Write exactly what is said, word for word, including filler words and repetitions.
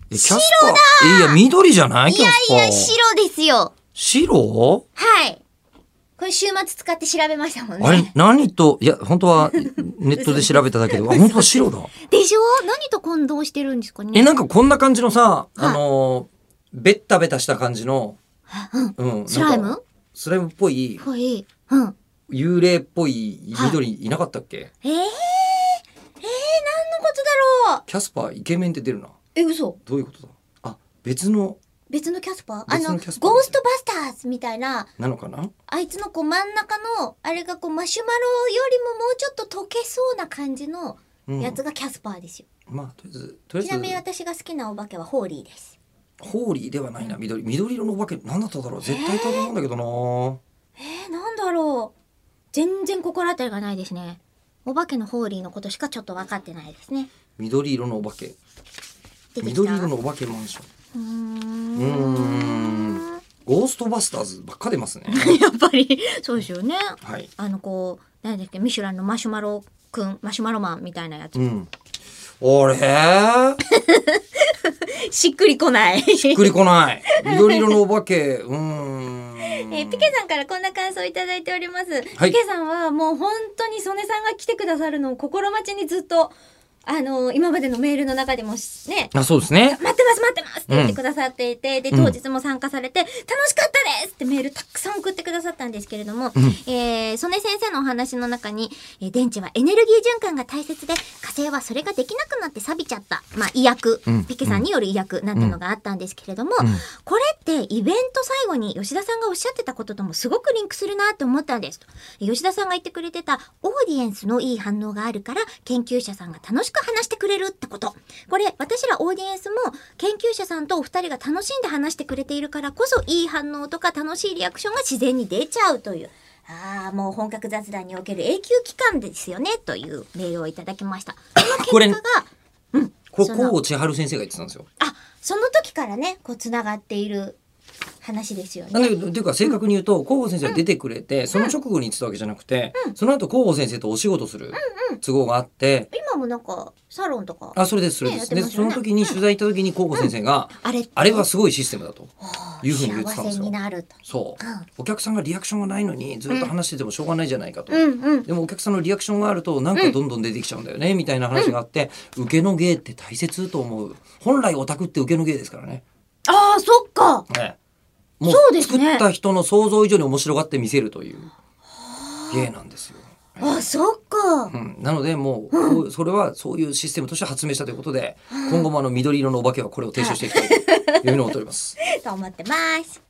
えキャスパーえいや緑じゃないキャスパー。 いやいや白ですよ。 白？ はい。これ週末使って調べましたもんね。 あれ何と、いや本当はネットで調べただけで本当は白だ。 でしょ？何と混同してるんですかね。 えなんかこんな感じのさ、あのー、ベッタベタした感じの、 うんうん、スライム？ スライムっぽい、 ぽい、うん、 幽霊っぽい緑いなかったっけ？ えー、えー、何のことだろう。 キャスパーイケメンって出るな。 え、嘘？ どういうことだ？あ、別の別のキャスパー？あのゴーストバスターズみたいななのかな。 あいつのこう真ん中のあれがこうマシュマロよりももうちょっと溶けそうな感じのやつがキャスパーですよ、 うん、まあとりあえずとりあえずちなみに私が好きなお化けはホーリーです。 ホーリーではないな。緑緑色のお化けなんだっただろう。絶対いたと思うんだけどな。 えー、なんだろう。全然心当たりがないですね。お化けのホーリーのことしかちょっと分かってないですね。 緑色のお化け、緑色のお化けマンション。うーんうーんゴーストバスターズばっか出ますねやっぱりそうですよね。 はい。 あのこう何だっけ、ミシュランのマシュマロくん、マシュマロマンみたいなやつ、 うん、あれしっくりこないしっくりこない緑色のお化け。うーんえー、ピケさんからこんな感想いただいております、 はい、 ピケさんはもう本当に曽根さんが来てくださるのを心待ちにずっとあのー、今までのメールの中でもね、 あ、そうですね。 待ってます待ってますって言ってくださっていて、うん、で当日も参加されて、うん、楽しかったですってメールたくさん送ってくださったんですけれども、うん、えー、曽根先生のお話の中に、えー、電池はエネルギー循環が大切で火星はそれができなくなって錆びちゃった、まあ意訳、うん、ピケさんによる意訳なんてのがあったんですけれども、うん、これってイベント最後に吉田さんがおっしゃってたことともすごくリンクするなって思ったんですと。吉田さんが言ってくれてたオーディエンスのいい反応があるから研究者さんが楽しく話してくれるってこと。これ私らオーディエンスも研究者さんとお二人が楽しんで話してくれているからこそいい反応とか楽しいリアクションが自然に出ちゃうという、ああもう本格雑談における永久期間ですよねというメールをいただきました。その結果がうん、これ河野千春先生が言ってたんですよ。 あ、その時からねこうつながっている話ですよね。 なんだけど、というか正確に言うと、広報先生が出てくれて、うん、その直後に言ってたわけじゃなくて、うん、その後広報先生とお仕事する都合があって、 うんうん、今もなんかサロンとか、 あ、それですそれです、ね、でその時に取材行った時に広報先生が、うん、あれあれはすごいシステムだというふうに言ってたんですよ。 幸せになると。 そう、うん、お客さんがリアクションがないのにずっと話しててもしょうがないじゃないかと、 うんうん、 でもお客さんのリアクションがあるとなんかどんどん出てきちゃうんだよね、うん、みたいな話があって、うん、受けの芸って大切と思う。本来オタクって受けの芸ですからね。 ああそっか、 ね、もう作った人の想像以上に面白がって見せるという芸なんですよ。 あ、そっか、 うん、なのでもう、うん、それはそういうシステムとして発明したということで、うん、今後もあの緑色のお化けはこれを提唱していきたいというふうに思っております。 と思ってます。